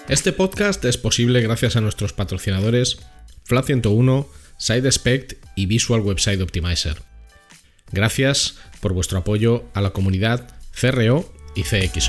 Este podcast es posible gracias a nuestros patrocinadores Flat 101, SideSpect y Visual Website Optimizer. Gracias por vuestro apoyo a la comunidad CRO y CXO.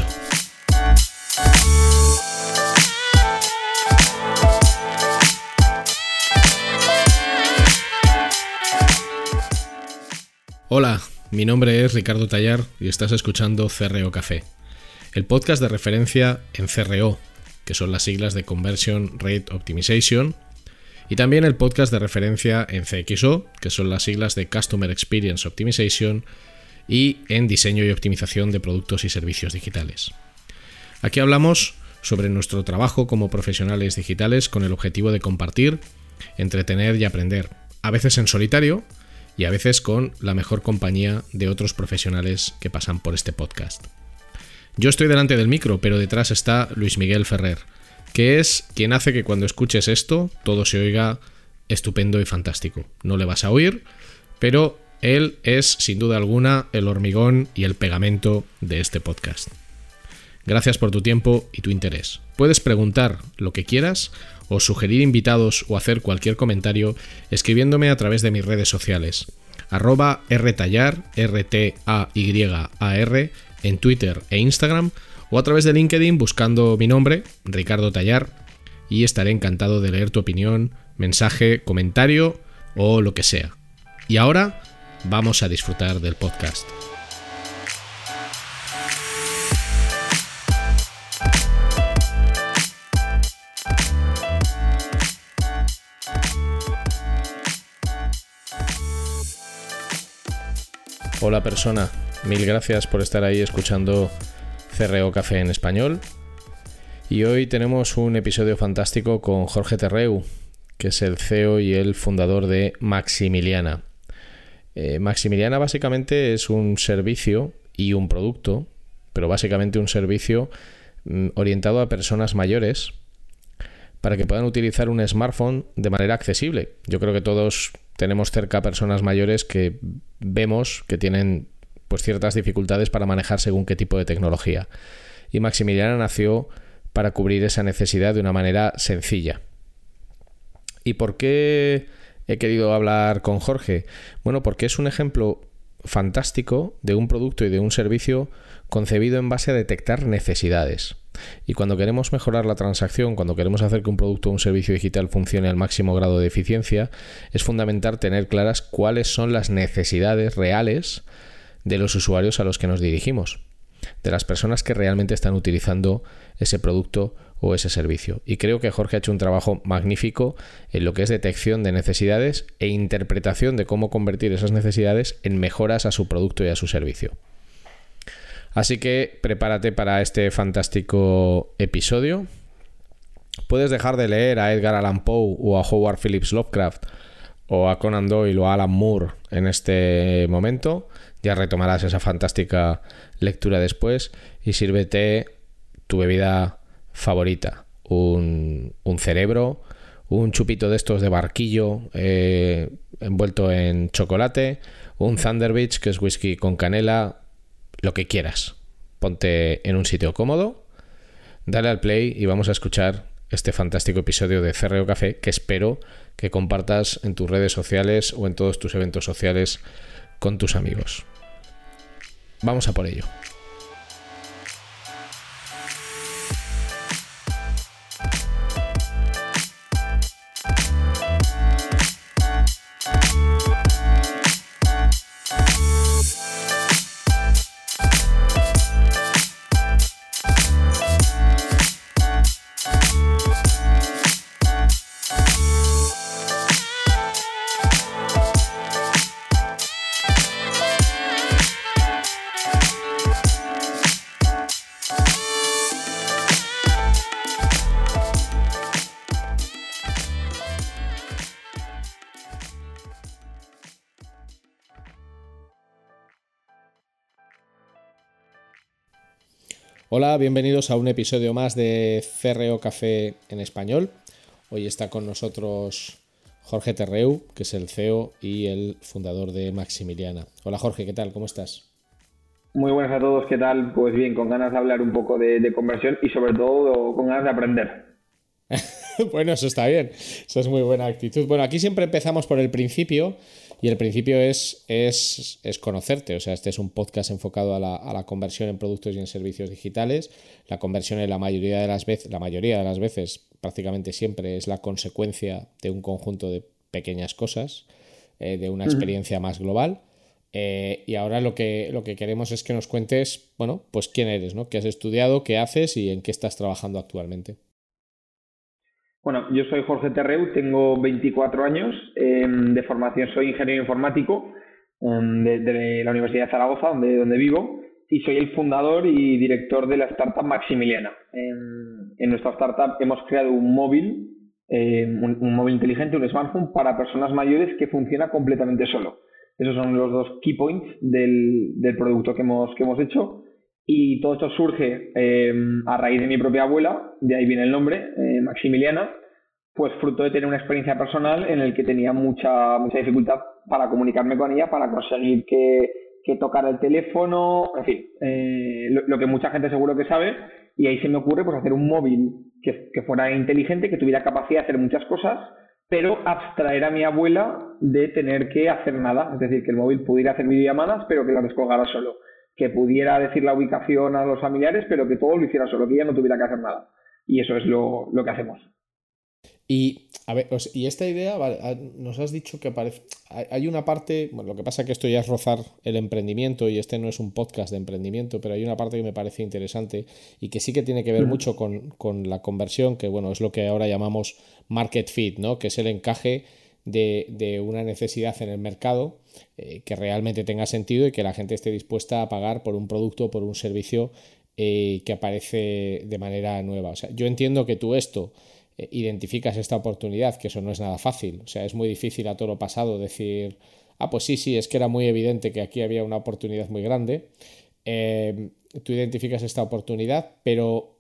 Hola, mi nombre es Ricardo Tallar y estás escuchando CRO Café, el podcast de referencia en CRO, que son las siglas de Conversion Rate Optimization, y también el podcast de referencia en CXO, que son las siglas de Customer Experience Optimization, y en diseño y optimización de productos y servicios digitales. Aquí hablamos sobre nuestro trabajo como profesionales digitales con el objetivo de compartir, entretener y aprender, a veces en solitario y a veces con la mejor compañía de otros profesionales que pasan por este podcast. Yo estoy delante del micro, pero detrás está Luis Miguel Ferrer, que es quien hace que cuando escuches esto todo se oiga estupendo y fantástico. No le vas a oír, pero él es sin duda alguna el hormigón y el pegamento de este podcast. Gracias por tu tiempo y tu interés. Puedes preguntar lo que quieras o sugerir invitados o hacer cualquier comentario escribiéndome a través de mis redes sociales @rtallar, RTAYAR, en Twitter e Instagram, o a través de LinkedIn buscando mi nombre, Ricardo Tallar, y estaré encantado de leer tu opinión, mensaje, comentario o lo que sea. Y ahora vamos a disfrutar del podcast. Hola persona, mil gracias por estar ahí escuchando CRO Café en español. Y hoy tenemos un episodio fantástico con Jorge Terreu, que es el CEO y el fundador de Maximiliana. Maximiliana básicamente es un servicio y un producto, pero básicamente un servicio orientado a personas mayores para que puedan utilizar un smartphone de manera accesible. Yo creo que todos tenemos cerca personas mayores que vemos que tienen pues ciertas dificultades para manejar según qué tipo de tecnología. Y Maximiliana nació para cubrir esa necesidad de una manera sencilla. ¿Y por qué he querido hablar con Jorge? Bueno, porque es un ejemplo fantástico de un producto y de un servicio concebido en base a detectar necesidades. Y cuando queremos mejorar la transacción, cuando queremos hacer que un producto o un servicio digital funcione al máximo grado de eficiencia, es fundamental tener claras cuáles son las necesidades reales de los usuarios a los que nos dirigimos, de las personas que realmente están utilizando ese producto o ese servicio. Y creo que Jorge ha hecho un trabajo magnífico en lo que es detección de necesidades e interpretación de cómo convertir esas necesidades en mejoras a su producto y a su servicio. Así que prepárate para este fantástico episodio. Puedes dejar de leer a Edgar Allan Poe o a Howard Phillips Lovecraft o a Conan Doyle o a Alan Moore en este momento. Ya retomarás esa fantástica lectura después y sírvete tu bebida favorita. Un cerebro, un chupito de estos de barquillo envuelto en chocolate, un Thunder Beach, que es whisky con canela, lo que quieras. Ponte en un sitio cómodo, dale al play y vamos a escuchar este fantástico episodio de CRO Café que espero que compartas en tus redes sociales o en todos tus eventos sociales con tus amigos. Vamos a por ello. Hola, bienvenidos a un episodio más de CRO Café en español. Hoy está con nosotros Jorge Terreu, que es el CEO y el fundador de Maximiliana. Hola Jorge, ¿qué tal? ¿Cómo estás? Muy buenas a todos, ¿qué tal? Pues bien, con ganas de hablar un poco de conversión y sobre todo con ganas de aprender. Bueno, eso está bien, esa es muy buena actitud. Bueno, aquí siempre empezamos por el principio y el principio es conocerte. O sea, este es un podcast enfocado a la conversión en productos y en servicios digitales. La conversión en la mayoría de las veces, prácticamente siempre, es la consecuencia de un conjunto de pequeñas cosas, de una experiencia más global. Y ahora lo que queremos es que nos cuentes, bueno, pues quién eres, ¿no? ¿Qué has estudiado, qué haces y en qué estás trabajando actualmente? Bueno, yo soy Jorge Terreu, tengo 24 años, de formación soy ingeniero informático de la Universidad de Zaragoza, donde vivo, y soy el fundador y director de la startup Maximiliana. En nuestra startup hemos creado un móvil, un móvil inteligente, un smartphone para personas mayores que funciona completamente solo. Esos son los dos key points del producto que hemos hecho. Y todo esto surge a raíz de mi propia abuela, de ahí viene el nombre, Maximiliana, pues fruto de tener una experiencia personal en el que tenía mucha dificultad para comunicarme con ella, para conseguir que tocara el teléfono, en fin, lo que mucha gente seguro que sabe, y ahí se me ocurre pues hacer un móvil que fuera inteligente, que tuviera capacidad de hacer muchas cosas, pero abstraer a mi abuela de tener que hacer nada, es decir, que el móvil pudiera hacer videollamadas, pero que las descolgara solo, que pudiera decir la ubicación a los familiares, pero que todo lo hiciera solo, que ella no tuviera que hacer nada. Y eso es lo que hacemos. Y, a ver, y esta idea, vale, nos has dicho que hay una parte, bueno, lo que pasa es que esto ya es rozar el emprendimiento y este no es un podcast de emprendimiento, pero hay una parte que me parece interesante y que sí que tiene que ver mucho con la conversión, que bueno, es lo que ahora llamamos market fit, ¿no? Que es el encaje de una necesidad en el mercado que realmente tenga sentido y que la gente esté dispuesta a pagar por un producto o por un servicio que aparece de manera nueva. O sea, yo entiendo que tú identificas esta oportunidad, que eso no es nada fácil. O sea, es muy difícil a toro pasado decir, pues sí, es que era muy evidente que aquí había una oportunidad muy grande. Tú identificas esta oportunidad, pero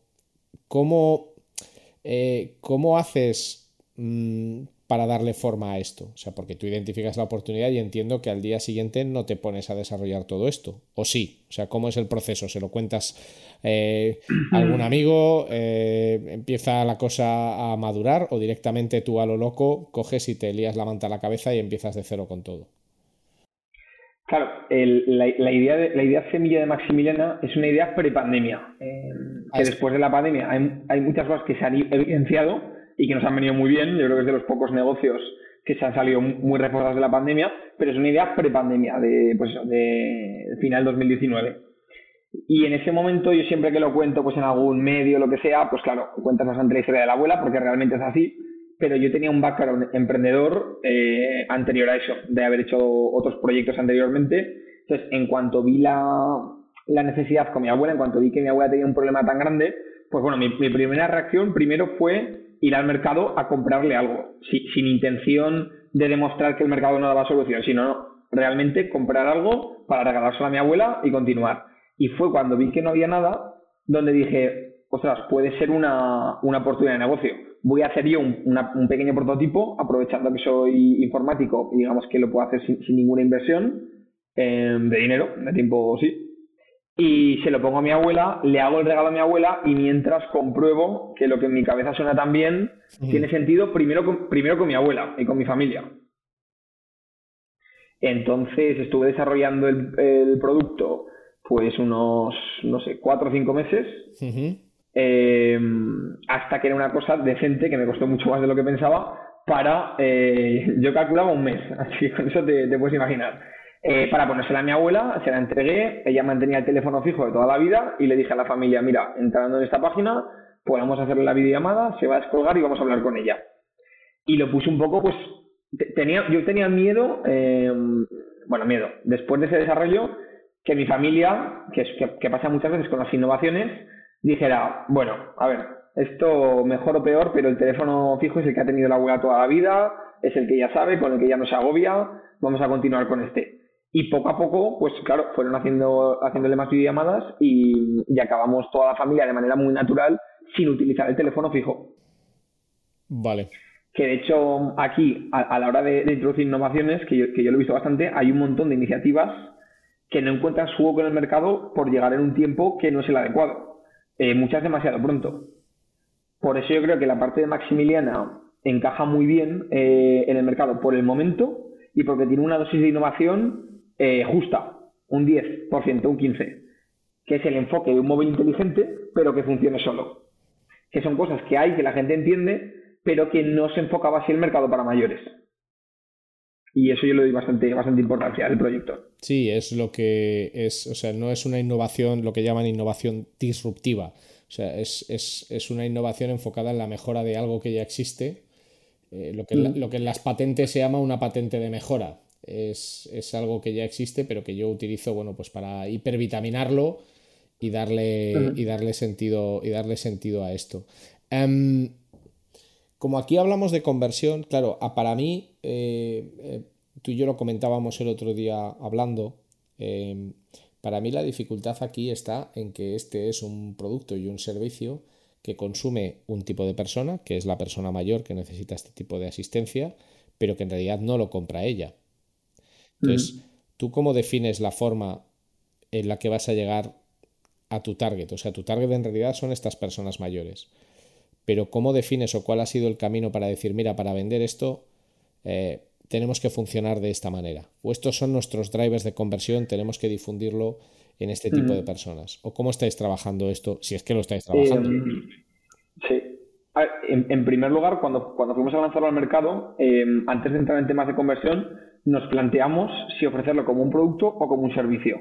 ¿cómo haces para darle forma a esto? O sea, porque tú identificas la oportunidad y entiendo que al día siguiente no te pones a desarrollar todo esto. ¿O sí? O sea, ¿cómo es el proceso? ¿Se lo cuentas a algún amigo? ¿Empieza la cosa a madurar? ¿O directamente tú a lo loco coges y te lías la manta a la cabeza y empiezas de cero con todo? Claro, la idea semilla de Maximiliana es una idea prepandemia, que después de la pandemia hay muchas cosas que se han evidenciado y que nos han venido muy bien. Yo creo que es de los pocos negocios que se han salido muy reforzados de la pandemia, pero es una idea prepandemia de final 2019. Y en ese momento yo siempre que lo cuento pues en algún medio, lo que sea, pues claro, cuentas bastante la historia de la abuela porque realmente es así, pero yo tenía un background emprendedor anterior a eso, de haber hecho otros proyectos anteriormente. Entonces, en cuanto vi la necesidad con mi abuela, en cuanto vi que mi abuela tenía un problema tan grande, pues bueno, mi primera reacción primero fue ir al mercado a comprarle algo, sin intención de demostrar que el mercado no daba solución, sino realmente comprar algo para regalárselo a mi abuela y continuar. Y fue cuando vi que no había nada, donde dije, ostras, puede ser una oportunidad de negocio. Voy a hacer yo un pequeño prototipo, aprovechando que soy informático y digamos que lo puedo hacer sin ninguna inversión de dinero, de tiempo sí. Y se lo pongo a mi abuela, le hago el regalo a mi abuela y mientras compruebo que lo que en mi cabeza suena tan bien tiene sentido primero con mi abuela y con mi familia. Entonces estuve desarrollando el producto pues unos, no sé, 4 o 5 meses. Hasta que era una cosa decente, que me costó mucho más de lo que pensaba, yo calculaba un mes, así que con eso te puedes imaginar. Para ponérsela a mi abuela, se la entregué, ella mantenía el teléfono fijo de toda la vida y le dije a la familia, mira, entrando en esta página, podemos hacerle la videollamada, se va a descolgar y vamos a hablar con ella. Y lo puse un poco, pues, yo tenía miedo, miedo, después de ese desarrollo, que mi familia, que pasa muchas veces con las innovaciones, dijera, bueno, a ver, esto mejor o peor, pero el teléfono fijo es el que ha tenido la abuela toda la vida, es el que ya sabe, con el que ya no se agobia, vamos a continuar con este. Y poco a poco, pues claro, fueron haciéndole más videollamadas y acabamos toda la familia de manera muy natural sin utilizar el teléfono fijo. Vale. Que de hecho aquí, a la hora de introducir innovaciones, que yo lo he visto bastante, hay un montón de iniciativas que no encuentran su hueco en el mercado por llegar en un tiempo que no es el adecuado. Muchas demasiado pronto. Por eso yo creo que la parte de Maximiliana encaja muy bien en el mercado por el momento y porque tiene una dosis de innovación justa, un 10%, un 15%, que es el enfoque de un móvil inteligente, pero que funcione solo. Que son cosas que hay, que la gente entiende, pero que no se enfocaba así el mercado para mayores. Y eso yo le doy bastante importancia al proyecto. Sí, es lo que es, o sea, no es una innovación, lo que llaman innovación disruptiva. O sea, es una innovación enfocada en la mejora de algo que ya existe, lo que en las patentes se llama una patente de mejora. Es algo que ya existe, pero que yo utilizo, bueno, pues para hipervitaminarlo y darle sentido a esto. Como aquí hablamos de conversión, claro, para mí, tú y yo lo comentábamos el otro día hablando, para mí la dificultad aquí está en que este es un producto y un servicio que consume un tipo de persona, que es la persona mayor que necesita este tipo de asistencia, pero que en realidad no lo compra ella. Entonces, ¿tú cómo defines la forma en la que vas a llegar a tu target? O sea, tu target en realidad son estas personas mayores. Pero ¿cómo defines o cuál ha sido el camino para decir, mira, para vender esto tenemos que funcionar de esta manera? O estos son nuestros drivers de conversión, tenemos que difundirlo en este tipo de personas. ¿O cómo estáis trabajando esto, si es que lo estáis trabajando? Sí. A ver, en primer lugar, cuando fuimos a lanzarlo al mercado, antes de entrar en temas de conversión, nos planteamos si ofrecerlo como un producto o como un servicio.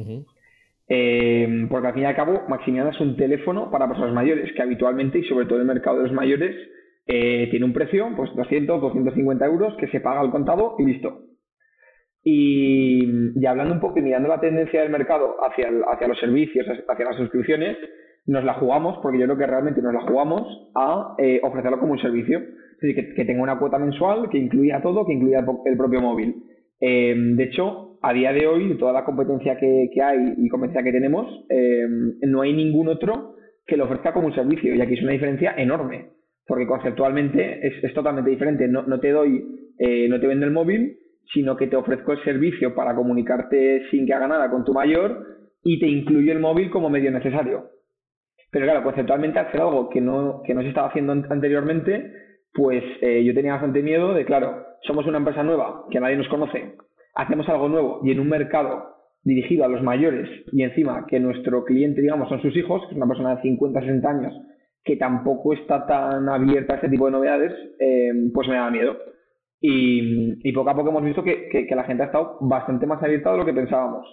Porque al fin y al cabo, Maximiliana es un teléfono para personas mayores, que habitualmente, y sobre todo en el mercado de los mayores, tiene un precio, pues 200, 250 euros, que se paga al contado y listo. Y hablando un poco y mirando la tendencia del mercado hacia los servicios, hacia las suscripciones, nos la jugamos, porque yo creo que realmente nos la jugamos a ofrecerlo como un servicio. Es decir, que tenga una cuota mensual, que incluya todo, que incluya el propio móvil. De hecho, a día de hoy, de toda la competencia que hay y competencia que tenemos, no hay ningún otro que lo ofrezca como un servicio. Y aquí es una diferencia enorme, porque conceptualmente es totalmente diferente. No te vendo el móvil, sino que te ofrezco el servicio para comunicarte sin que haga nada con tu mayor y te incluyo el móvil como medio necesario. Pero claro, conceptualmente hacer algo que no se estaba haciendo anteriormente, pues yo tenía bastante miedo de, claro, somos una empresa nueva que nadie nos conoce, hacemos algo nuevo y en un mercado dirigido a los mayores y encima que nuestro cliente, digamos, son sus hijos, que es una persona de 50, 60 años que tampoco está tan abierta a este tipo de novedades, pues me da miedo. Y poco a poco hemos visto que la gente ha estado bastante más abierta de lo que pensábamos.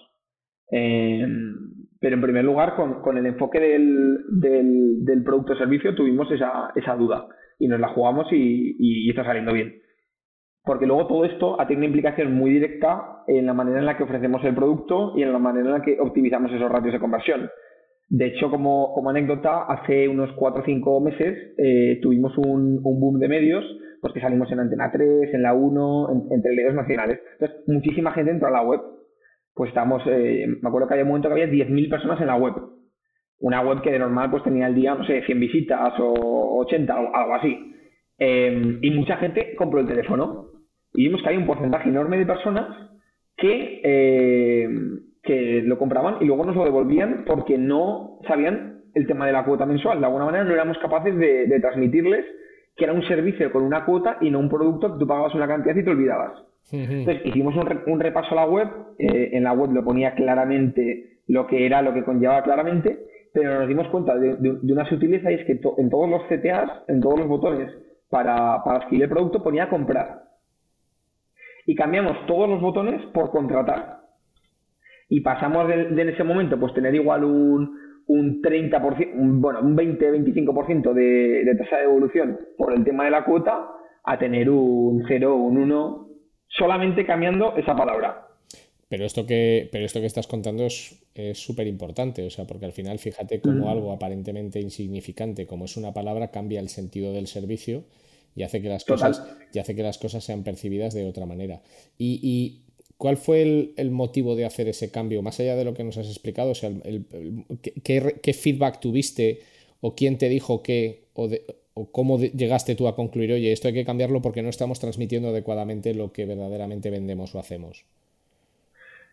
Pero en primer lugar, con el enfoque del producto o servicio tuvimos esa duda y nos la jugamos y está saliendo bien. Porque luego todo esto ha tenido una implicación muy directa en la manera en la que ofrecemos el producto y en la manera en la que optimizamos esos ratios de conversión. De hecho, como anécdota, hace unos 4 o 5 meses tuvimos un boom de medios, pues que salimos en Antena 3, en la 1, entre medios nacionales. Entonces, muchísima gente entró a la web. Pues me acuerdo que había un momento que había 10.000 personas en la web. Una web que de normal pues tenía al día, no sé, 100 visitas o 80 o algo así. Y mucha gente compró el teléfono. Y vimos que había un porcentaje enorme de personas que lo compraban y luego nos lo devolvían porque no sabían el tema de la cuota mensual. De alguna manera no éramos capaces de transmitirles que era un servicio con una cuota y no un producto que tú pagabas una cantidad y te olvidabas. Entonces hicimos un repaso a la web, en la web lo ponía claramente lo que era, lo que conllevaba claramente, pero nos dimos cuenta de una sutileza y es que en todos los CTAs, en todos los botones para adquirir el producto ponía comprar. Y cambiamos todos los botones por contratar. Y pasamos de en ese momento pues tener igual un 30%, un 20-25% de tasa de devolución por el tema de la cuota a tener un 0 o un 1 solamente cambiando esa palabra. Pero esto que estás contando es súper importante, o sea, porque al final fíjate cómo algo aparentemente insignificante como es una palabra cambia el sentido del servicio y hace que las cosas sean percibidas de otra manera. ¿Y cuál fue el motivo de hacer ese cambio? Más allá de lo que nos has explicado, o sea, ¿qué feedback tuviste o quién te dijo qué o cómo llegaste tú a concluir, oye, esto hay que cambiarlo porque no estamos transmitiendo adecuadamente lo que verdaderamente vendemos o hacemos?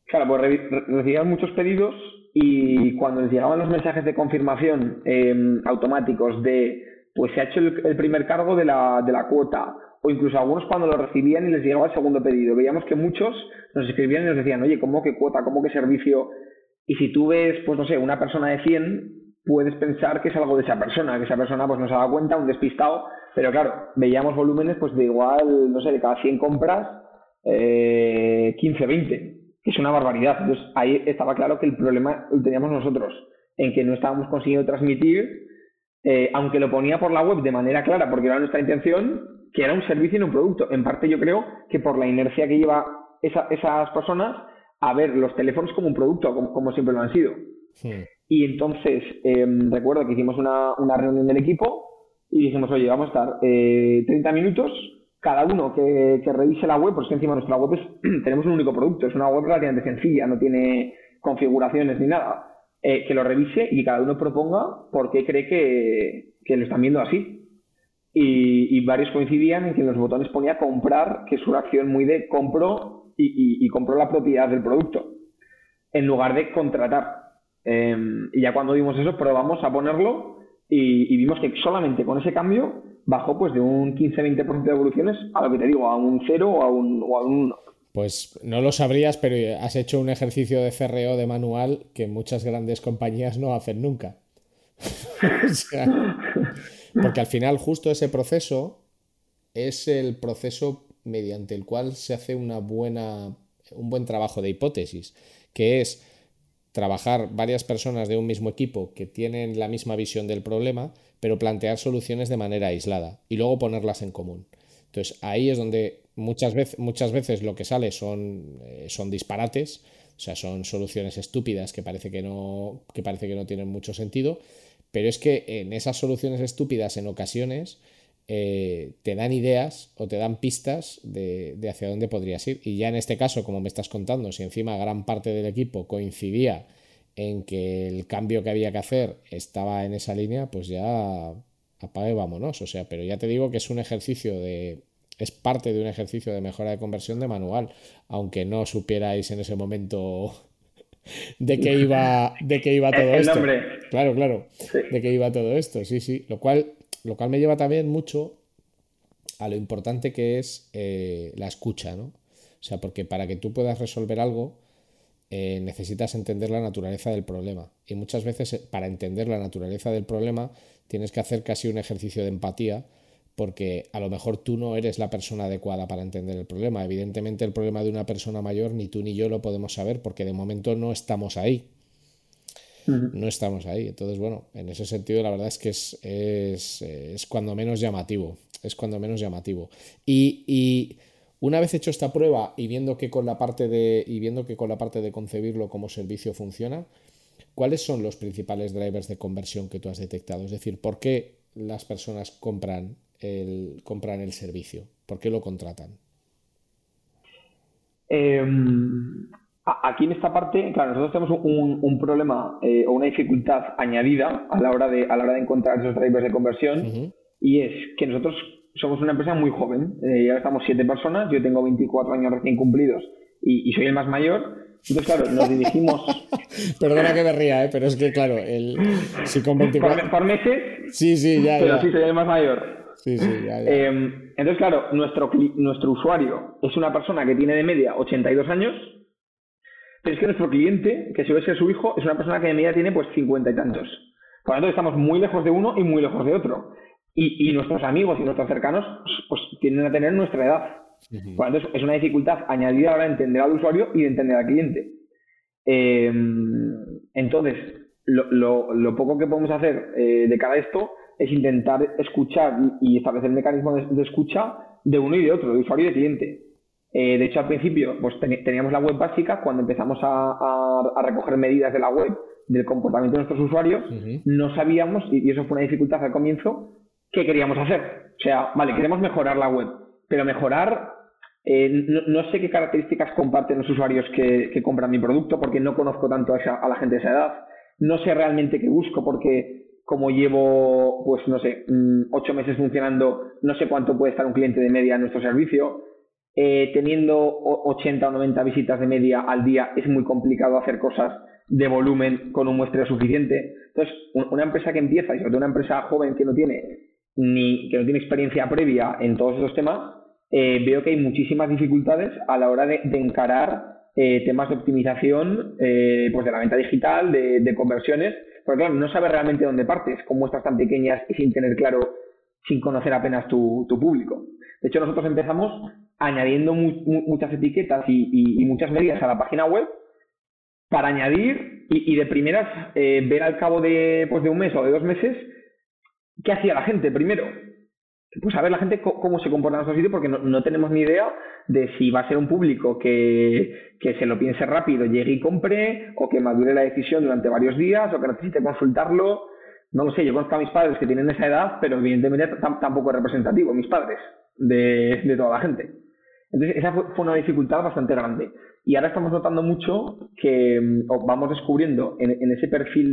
Claro, pues recibíamos muchos pedidos y cuando les llegaban los mensajes de confirmación automáticos de pues se ha hecho el primer cargo de la cuota, o incluso algunos cuando lo recibían y les llegaba el segundo pedido, veíamos que muchos nos escribían y nos decían, oye, ¿cómo que cuota? ¿Cómo que servicio? Y si tú ves, pues no sé, una persona de 100, puedes pensar que es algo de esa persona, que esa persona pues no se ha dado cuenta, un despistado, pero claro, veíamos volúmenes pues de igual, no sé, de cada 100 compras, 15, 20, que es una barbaridad. Entonces ahí estaba claro que el problema lo teníamos nosotros, en que no estábamos consiguiendo transmitir, aunque lo ponía por la web de manera clara, porque era nuestra intención, que era un servicio y no un producto. En parte yo creo que por la inercia que lleva esas personas a ver los teléfonos como un producto, como siempre lo han sido. Sí. Y entonces recuerdo que hicimos una reunión del equipo y dijimos, oye, vamos a estar 30 minutos, cada uno que revise la web, porque encima nuestra web tenemos un único producto, es una web relativamente sencilla, no tiene configuraciones ni nada, que lo revise y que cada uno proponga por qué cree que lo están viendo así. Y varios coincidían en que en los botones ponía comprar, que es una acción muy de compro y compro la propiedad del producto, en lugar de contratar. Y ya cuando vimos eso, probamos a ponerlo y vimos que solamente con ese cambio bajó pues de un 15-20% de evoluciones a lo que te digo, a un 0 o a un 1. Pues no lo sabrías, pero has hecho un ejercicio de CRO de manual que muchas grandes compañías no hacen nunca. O sea, porque al final justo ese proceso es el proceso mediante el cual se hace un buen trabajo de hipótesis, que es trabajar varias personas de un mismo equipo que tienen la misma visión del problema, pero plantear soluciones de manera aislada y luego ponerlas en común. Entonces ahí es donde muchas veces lo que sale son disparates, o sea, son soluciones estúpidas que parece que no tienen mucho sentido, pero es que en esas soluciones estúpidas en ocasiones te dan ideas o te dan pistas de hacia dónde podrías ir. Y ya en este caso, como me estás contando, si encima gran parte del equipo coincidía en que el cambio que había que hacer estaba en esa línea, pues ya apague y vámonos. O sea, pero ya te digo que es parte de un ejercicio de mejora de conversión de manual, aunque no supierais en ese momento de qué iba todo esto. Nombre. Claro, sí. De qué iba todo esto, sí. Lo cual me lleva también mucho a lo importante que es la escucha, ¿no? O sea, porque para que tú puedas resolver algo necesitas entender la naturaleza del problema. Y muchas veces para entender la naturaleza del problema tienes que hacer casi un ejercicio de empatía, porque a lo mejor tú no eres la persona adecuada para entender el problema. Evidentemente el problema de una persona mayor ni tú ni yo lo podemos saber porque de momento no estamos ahí. No estamos ahí. Entonces, bueno, en ese sentido la verdad es que es cuando menos llamativo. Es cuando menos llamativo. Y una vez hecho esta prueba y viendo que con la parte de concebirlo como servicio funciona, ¿cuáles son los principales drivers de conversión que tú has detectado? Es decir, ¿por qué las personas compran el servicio? ¿Por qué lo contratan? Aquí en esta parte, claro, nosotros tenemos un problema o una dificultad añadida a la hora de encontrar esos drivers de conversión, y es que nosotros somos una empresa muy joven. Ya estamos 7 personas, yo tengo 24 años recién cumplidos y soy el más mayor. Entonces, claro, nos dirigimos... Perdona que me ría, pero es que, claro, si con 24... ¿Por meses? Sí, ya. Pero sí, soy el más mayor. Sí, ya. Entonces, claro, nuestro usuario es una persona que tiene de media 82 años, pero es que nuestro cliente, que suele ser su hijo, es una persona que de media tiene pues 50 y tantos. Por lo tanto, estamos muy lejos de uno y muy lejos de otro. Y nuestros amigos y nuestros cercanos pues tienden a tener nuestra edad. Por lo tanto, es una dificultad añadida a la hora de entender al usuario y de entender al cliente. Entonces, lo poco que podemos hacer de cara a esto es intentar escuchar y establecer mecanismos de escucha de uno y de otro, de usuario y de cliente. De hecho, al principio pues teníamos la web básica. Cuando empezamos a recoger medidas de la web, del comportamiento de nuestros usuarios, no sabíamos, y eso fue una dificultad al comienzo, qué queríamos hacer. O sea, vale, queremos mejorar la web, pero mejorar, no sé qué características comparten los usuarios que compran mi producto, porque no conozco tanto a la gente de esa edad. No sé realmente qué busco, porque como llevo, pues no sé, 8 meses funcionando, no sé cuánto puede estar un cliente de media en nuestro servicio. teniendo 80 o 90 visitas de media al día, es muy complicado hacer cosas de volumen con un muestreo suficiente. Entonces, una empresa que empieza, y sobre todo una empresa joven que no tiene experiencia previa en todos esos temas, veo que hay muchísimas dificultades a la hora de encarar temas de optimización pues de la venta digital, de conversiones, porque claro, no sabes realmente dónde partes con muestras tan pequeñas y sin tener claro, sin conocer apenas tu público. De hecho, nosotros empezamos añadiendo muchas etiquetas y muchas medidas a la página web para añadir y de primeras ver al cabo de un mes o de 2 meses qué hacía la gente primero. Pues a ver la gente cómo se comporta en nuestro sitio, porque no tenemos ni idea de si va a ser un público que se lo piense rápido, llegue y compre, o que madure la decisión durante varios días, o que necesite consultarlo. No lo sé, yo conozco a mis padres que tienen esa edad, pero evidentemente tampoco es representativo, mis padres, de toda la gente. Entonces esa fue una dificultad bastante grande. Y ahora estamos notando mucho que vamos descubriendo en ese perfil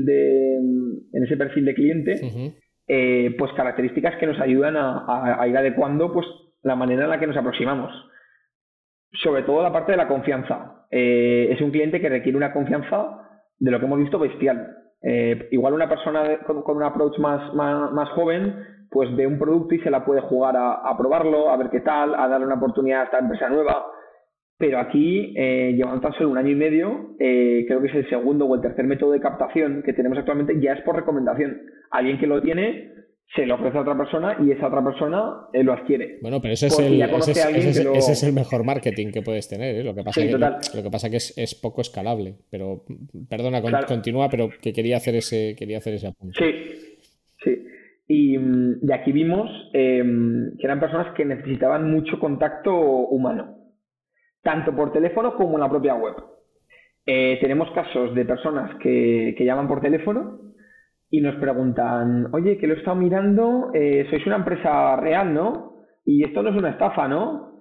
de cliente, pues características que nos ayudan a ir adecuando pues la manera en la que nos aproximamos. Sobre todo la parte de la confianza. Es un cliente que requiere una confianza, de lo que hemos visto, bestial. Igual una persona con un approach más joven pues ve un producto y se la puede jugar a probarlo, a ver qué tal, a darle una oportunidad a esta empresa nueva. Pero aquí, llevando tan solo 1 año y medio, creo que es el segundo o el tercer método de captación que tenemos actualmente, ya es por recomendación. Alguien que lo tiene se lo ofrece a otra persona y esa otra persona lo adquiere. Bueno, pero ese es el mejor marketing que puedes tener, ¿eh? Lo que pasa que es poco escalable. Pero, perdona, claro. Continúa, pero que quería hacer ese apunte. Sí. Y aquí vimos que eran personas que necesitaban mucho contacto humano, tanto por teléfono como en la propia web. Tenemos casos de personas que llaman por teléfono y nos preguntan, oye, que lo he estado mirando, sois una empresa real, ¿no? Y esto no es una estafa, ¿no?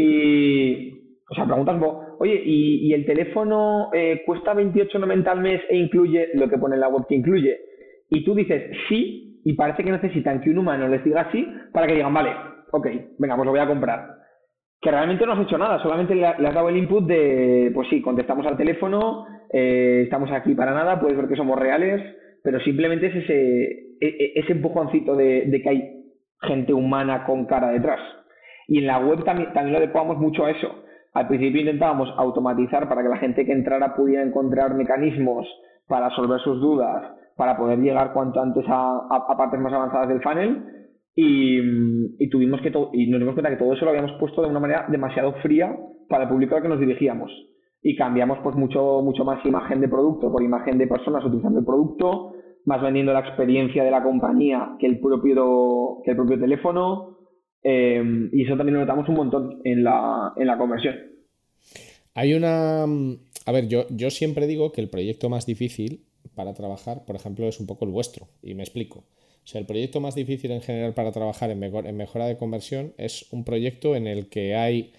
O sea, preguntas, oye, ¿y el teléfono cuesta 28,90 al mes e incluye lo que pone en la web que incluye? Y tú dices sí, y parece que necesitan que un humano les diga sí para que digan, vale, ok, venga, pues lo voy a comprar. Que realmente no has hecho nada, solamente le has dado el input de, pues sí, contestamos al teléfono, estamos aquí para nada, puedes ver que somos reales, pero simplemente es ese empujoncito de que hay gente humana con cara detrás. Y en la web también lo adecuamos mucho a eso. Al principio intentábamos automatizar para que la gente que entrara pudiera encontrar mecanismos para resolver sus dudas, para poder llegar cuanto antes a partes más avanzadas del funnel. Y nos dimos cuenta que todo eso lo habíamos puesto de una manera demasiado fría para el público al que nos dirigíamos, y cambiamos pues mucho más imagen de producto por imagen de personas utilizando el producto, más vendiendo la experiencia de la compañía que el propio teléfono, y eso también lo notamos un montón en la conversión. Hay una... A ver, yo siempre digo que el proyecto más difícil para trabajar, por ejemplo, es un poco el vuestro, y me explico. O sea, el proyecto más difícil en general para trabajar en mejora de conversión es un proyecto en el que hay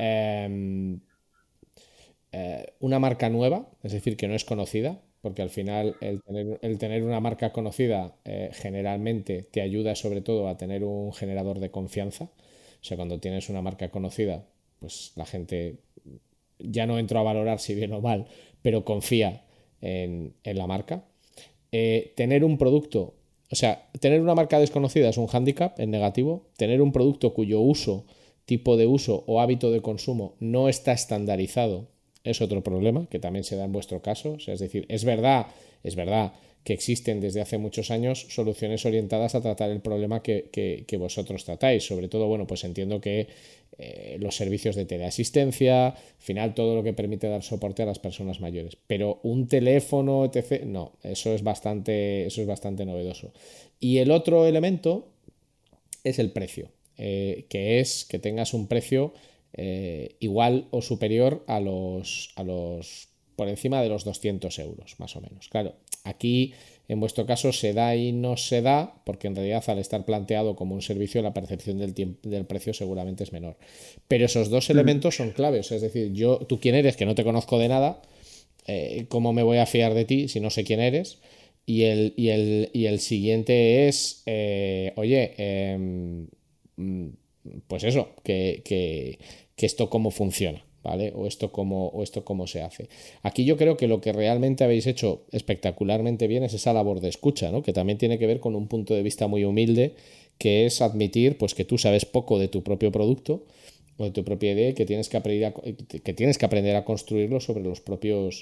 una marca nueva, es decir, que no es conocida, porque al final el tener una marca conocida generalmente te ayuda sobre todo a tener un generador de confianza. O sea, cuando tienes una marca conocida, pues la gente ya no entro a valorar si bien o mal, pero confía en la marca. Tener un producto, o sea, tener una marca desconocida es un hándicap, es negativo. Tener un producto cuyo tipo de uso o hábito de consumo no está estandarizado es otro problema, que también se da en vuestro caso. O sea, es decir, es verdad que existen desde hace muchos años soluciones orientadas a tratar el problema que vosotros tratáis. Sobre todo, bueno, pues entiendo que los servicios de teleasistencia, al final todo lo que permite dar soporte a las personas mayores. Pero un teléfono, etc., no, eso es bastante novedoso. Y el otro elemento es el precio, que es que tengas un precio igual o superior a los por encima de los 200 euros, más o menos. Claro, aquí en vuestro caso se da y no se da, porque en realidad al estar planteado como un servicio la percepción del precio seguramente es menor. Pero esos dos elementos son claves, es decir, tú quién eres, que no te conozco de nada, ¿cómo me voy a fiar de ti si no sé quién eres? Y el siguiente es, pues eso, que que esto cómo funciona, ¿vale? O esto cómo se hace. Aquí yo creo que lo que realmente habéis hecho espectacularmente bien es esa labor de escucha, ¿no? Que también tiene que ver con un punto de vista muy humilde, que es admitir pues que tú sabes poco de tu propio producto o de tu propia idea y que tienes que aprender a construirlo sobre los propios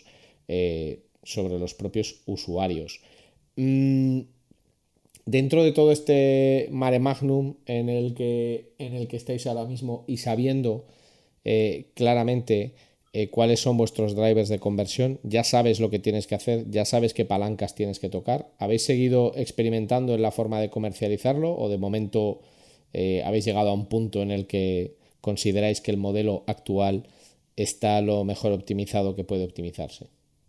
usuarios. Dentro de todo este mare magnum en el que estáis ahora mismo y sabiendo claramente cuáles son vuestros drivers de conversión, ya sabes lo que tienes que hacer, ya sabes qué palancas tienes que tocar. ¿Habéis seguido experimentando en la forma de comercializarlo o de momento habéis llegado a un punto en el que consideráis que el modelo actual está lo mejor optimizado que puede optimizarse?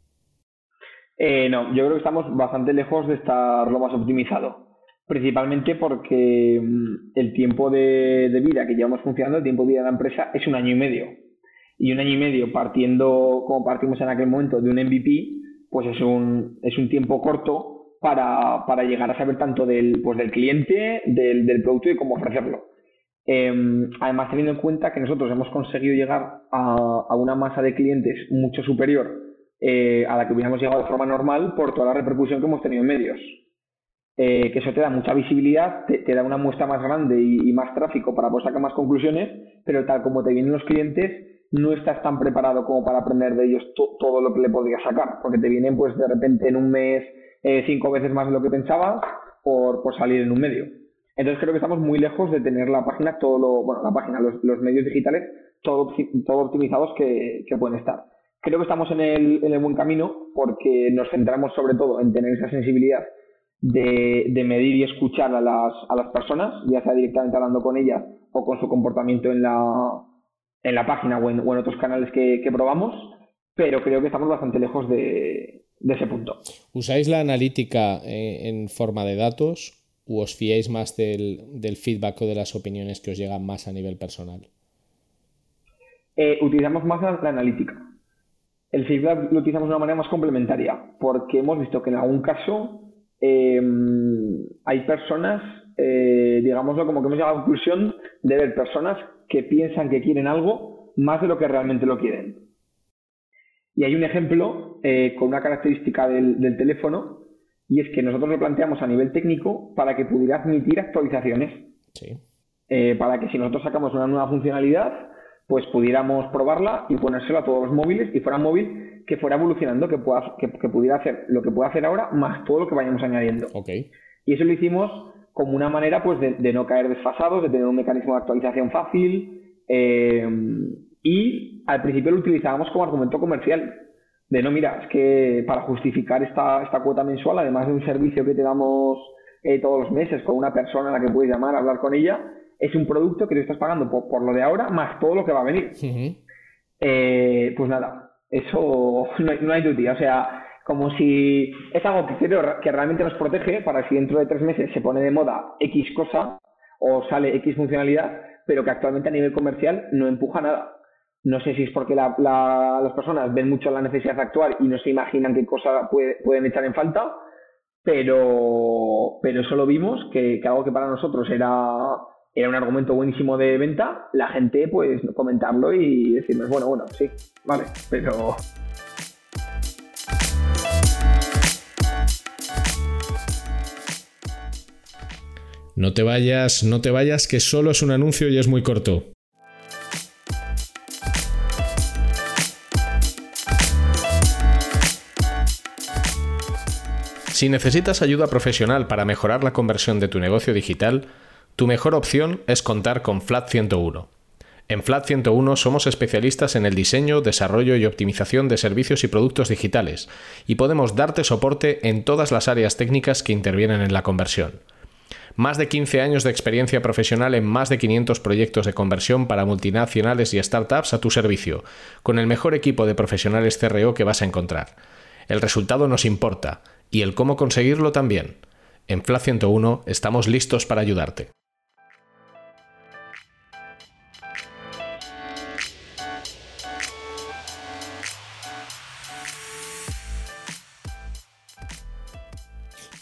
No, yo creo que estamos bastante lejos de estar lo más optimizado. Principalmente porque el tiempo de vida que llevamos funcionando, el tiempo de vida de la empresa, es 1 año y medio. Y 1 año y medio partiendo, como partimos en aquel momento, de un MVP, pues es un tiempo corto para llegar a saber tanto del cliente, del producto y cómo ofrecerlo. Además, teniendo en cuenta que nosotros hemos conseguido llegar a una masa de clientes mucho superior a la que hubiéramos llegado de forma normal por toda la repercusión que hemos tenido en medios. Que eso te da mucha visibilidad, te da una muestra más grande y más tráfico para poder sacar más conclusiones, pero tal como te vienen los clientes, no estás tan preparado como para aprender de ellos todo lo que le podrías sacar, porque te vienen pues de repente en un mes 5 veces más de lo que pensabas por salir en un medio. Entonces creo que estamos muy lejos de tener la página, los medios digitales, todo optimizados que pueden estar. Creo que estamos en el buen camino porque nos centramos sobre todo en tener esa sensibilidad de medir y escuchar a las personas, ya sea directamente hablando con ellas o con su comportamiento en la página o en otros canales que probamos, pero creo que estamos bastante lejos de ese punto. ¿Usáis la analítica en forma de datos o os fiáis más del feedback o de las opiniones que os llegan más a nivel personal? Utilizamos más la analítica. El feedback lo utilizamos de una manera más complementaria, porque hemos visto que en algún caso hay personas, digámoslo, como que hemos llegado a la conclusión de ver personas que piensan que quieren algo más de lo que realmente lo quieren. Y hay un ejemplo con una característica del teléfono, y es que nosotros lo planteamos a nivel técnico para que pudiera admitir actualizaciones. Sí. Para que si nosotros sacamos una nueva funcionalidad, pues pudiéramos probarla y ponérsela a todos los móviles y fuera un móvil que fuera evolucionando, que pudiera hacer lo que puede hacer ahora, más todo lo que vayamos añadiendo. Okay. Y eso lo hicimos como una manera pues de no caer desfasados, de tener un mecanismo de actualización fácil, y al principio lo utilizábamos como argumento comercial. De no, mira, es que para justificar esta cuota mensual, además de un servicio que te damos todos los meses con una persona a la que puedes llamar, hablar con ella, es un producto que te estás pagando por lo de ahora más todo lo que va a venir. Uh-huh. Pues nada, eso no hay duda. O sea, como si es algo que realmente nos protege para si dentro de 3 meses se pone de moda X cosa o sale X funcionalidad, pero que actualmente a nivel comercial no empuja nada. No sé si es porque las personas ven mucho la necesidad de actuar y no se imaginan qué cosa pueden echar en falta, pero eso lo vimos, que algo que para nosotros era un argumento buenísimo de venta, la gente pues comentarlo y decirnos, bueno, sí, vale, pero... No te vayas, que solo es un anuncio y es muy corto. Si necesitas ayuda profesional para mejorar la conversión de tu negocio digital, tu mejor opción es contar con Flat 101. En Flat 101 somos especialistas en el diseño, desarrollo y optimización de servicios y productos digitales y podemos darte soporte en todas las áreas técnicas que intervienen en la conversión. Más de 15 años de experiencia profesional en más de 500 proyectos de conversión para multinacionales y startups a tu servicio, con el mejor equipo de profesionales CRO que vas a encontrar. El resultado nos importa y el cómo conseguirlo también. En Flat 101 estamos listos para ayudarte.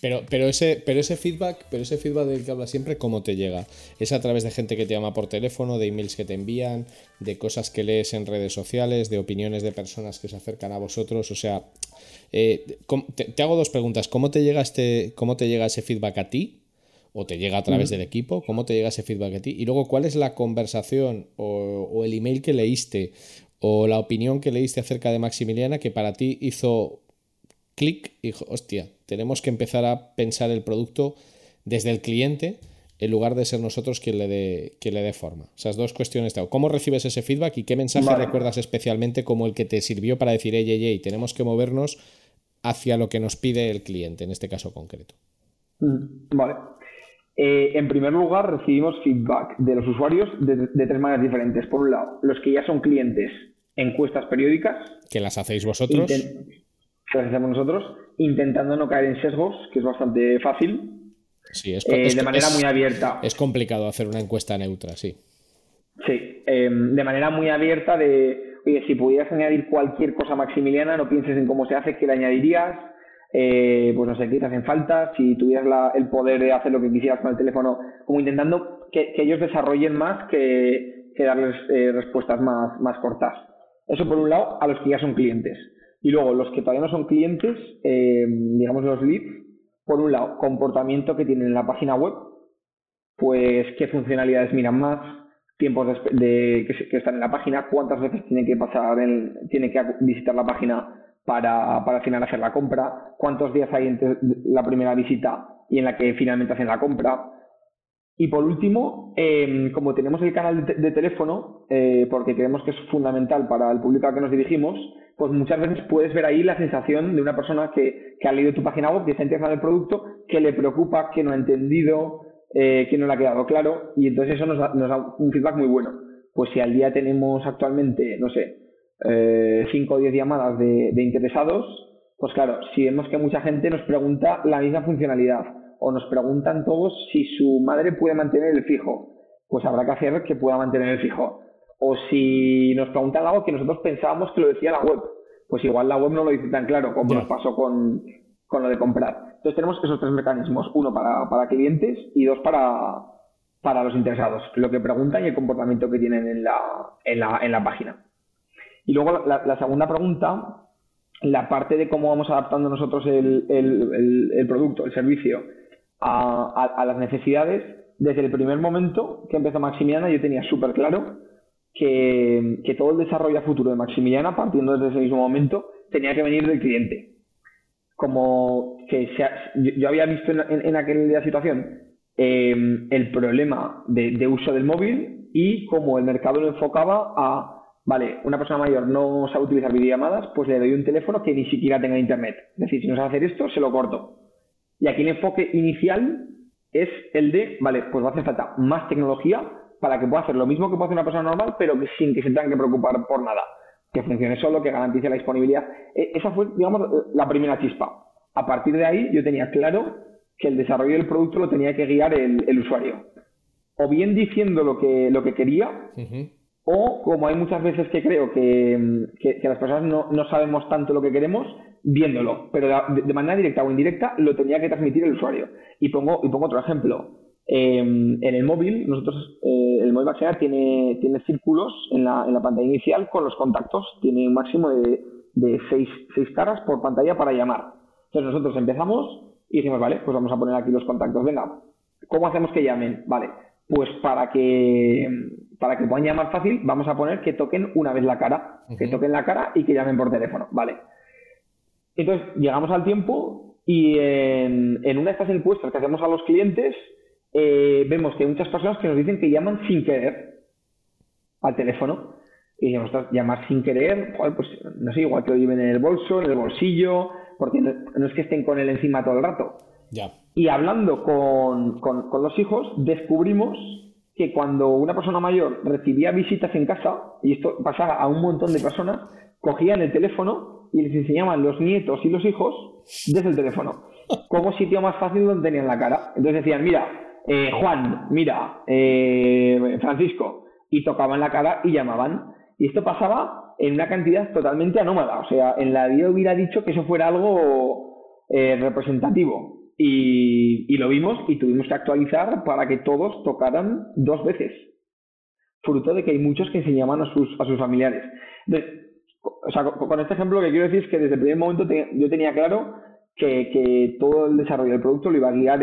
Pero ese feedback del que hablas siempre, ¿cómo te llega? ¿Es a través de gente que te llama por teléfono, de emails que te envían, de cosas que lees en redes sociales, de opiniones de personas que se acercan a vosotros? O sea, te hago dos preguntas. ¿Cómo te llega ese feedback a ti? ¿O te llega a través del equipo? ¿Cómo te llega ese feedback a ti? Y luego, ¿cuál es la conversación o el email que leíste o la opinión que leíste acerca de Maximiliana que para ti hizo clic y dijo, hostia, tenemos que empezar a pensar el producto desde el cliente en lugar de ser nosotros quien le dé forma? Esas dos cuestiones te hago. ¿Cómo recibes ese feedback y qué mensaje recuerdas especialmente como el que te sirvió para decir, ey, tenemos que movernos hacia lo que nos pide el cliente, en este caso concreto? Vale. En primer lugar, recibimos feedback de los usuarios de tres maneras diferentes. Por un lado, los que ya son clientes, encuestas periódicas. ¿Que las hacéis vosotros? Que las hacemos nosotros, intentando no caer en sesgos, que es bastante fácil. Sí, de manera muy abierta. Es complicado hacer una encuesta neutra, sí. Sí, de manera muy abierta de, oye, si pudieras añadir cualquier cosa Maximiliana, no pienses en cómo se hace, qué le añadirías, pues no sé, qué te hacen falta, si tuvieras el poder de hacer lo que quisieras con el teléfono, como intentando que ellos desarrollen más que darles respuestas más cortas. Eso por un lado, a los que ya son clientes. Y luego, los que todavía no son clientes, digamos los leads, por un lado, comportamiento que tienen en la página web, pues qué funcionalidades miran más, tiempos que están en la página, cuántas veces tienen que visitar la página para al final hacer la compra, cuántos días hay entre la primera visita y en la que finalmente hacen la compra. Y por último, como tenemos el canal de teléfono, porque creemos que es fundamental para el público al que nos dirigimos, pues muchas veces puedes ver ahí la sensación de una persona que ha leído tu página web, que está interesada en el producto, que le preocupa, que no ha entendido, que no le ha quedado claro, y entonces eso nos da un feedback muy bueno. Pues si al día tenemos actualmente, no sé, 5 o 10 llamadas de interesados, pues claro, si vemos que mucha gente nos pregunta la misma funcionalidad, o nos preguntan todos si su madre puede mantener el fijo, pues habrá que hacer que pueda mantener el fijo. O si nos preguntan algo que nosotros pensábamos que lo decía la web, pues igual la web no lo dice tan claro como nos pasó con lo de comprar. Entonces tenemos esos tres mecanismos, uno para clientes y dos para los interesados, lo que preguntan y el comportamiento que tienen en la página. Y luego la segunda pregunta, la parte de cómo vamos adaptando nosotros el producto, el servicio a las necesidades. Desde el primer momento que empezó Maximiliana yo tenía súper claro que todo el desarrollo a futuro de Maximiliana, partiendo desde ese mismo momento, tenía que venir del cliente. Como que yo había visto en aquella situación el problema de uso del móvil y cómo el mercado lo enfocaba a, vale, una persona mayor no sabe utilizar videollamadas, pues le doy un teléfono que ni siquiera tenga internet. Es decir, si no sabe hacer esto, se lo corto. Y aquí el enfoque inicial es el de, vale, pues va a hacer falta más tecnología para que pueda hacer lo mismo que puede hacer una persona normal, pero que sin que se tengan que preocupar por nada. Que funcione solo, que garantice la disponibilidad. Esa fue, digamos, la primera chispa. A partir de ahí yo tenía claro que el desarrollo del producto lo tenía que guiar el usuario. O bien diciendo lo que quería, o como hay muchas veces que creo que las personas no sabemos tanto lo que queremos, viéndolo, pero de manera directa o indirecta lo tenía que transmitir el usuario. Y pongo otro ejemplo. En el móvil, nosotros, el móvil Maximiliana tiene círculos en la pantalla inicial con los contactos, tiene un máximo de 6 caras por pantalla para llamar. Entonces nosotros empezamos y dijimos, vale, pues vamos a poner aquí los contactos. Venga, ¿cómo hacemos que llamen? Vale, pues para que puedan llamar fácil, vamos a poner que toquen una vez la cara, que toquen la cara y que llamen por teléfono, vale. Entonces llegamos al tiempo y en una de estas encuestas que hacemos a los clientes, vemos que hay muchas personas que nos dicen que llaman sin querer al teléfono. Y decimos, llamar sin querer, joder, pues no sé, igual que lo lleven en el bolso, en el bolsillo, porque no es que estén con él encima todo el rato. Ya. Y hablando con los hijos, descubrimos que cuando una persona mayor recibía visitas en casa, y esto pasaba a un montón de personas, cogían el teléfono y les enseñaban los nietos y los hijos desde el teléfono, como sitio más fácil donde tenían la cara. Entonces decían, mira, Juan, mira, Francisco, y tocaban la cara y llamaban. Y esto pasaba en una cantidad totalmente anómala. O sea, en la vida hubiera dicho que eso fuera algo representativo. y lo vimos y tuvimos que actualizar para que todos tocaran 2 veces, fruto de que hay muchos que enseñaban a sus familiares. Entonces, o sea, con este ejemplo lo que quiero decir es que desde el primer momento yo tenía claro que todo el desarrollo del producto lo iba a guiar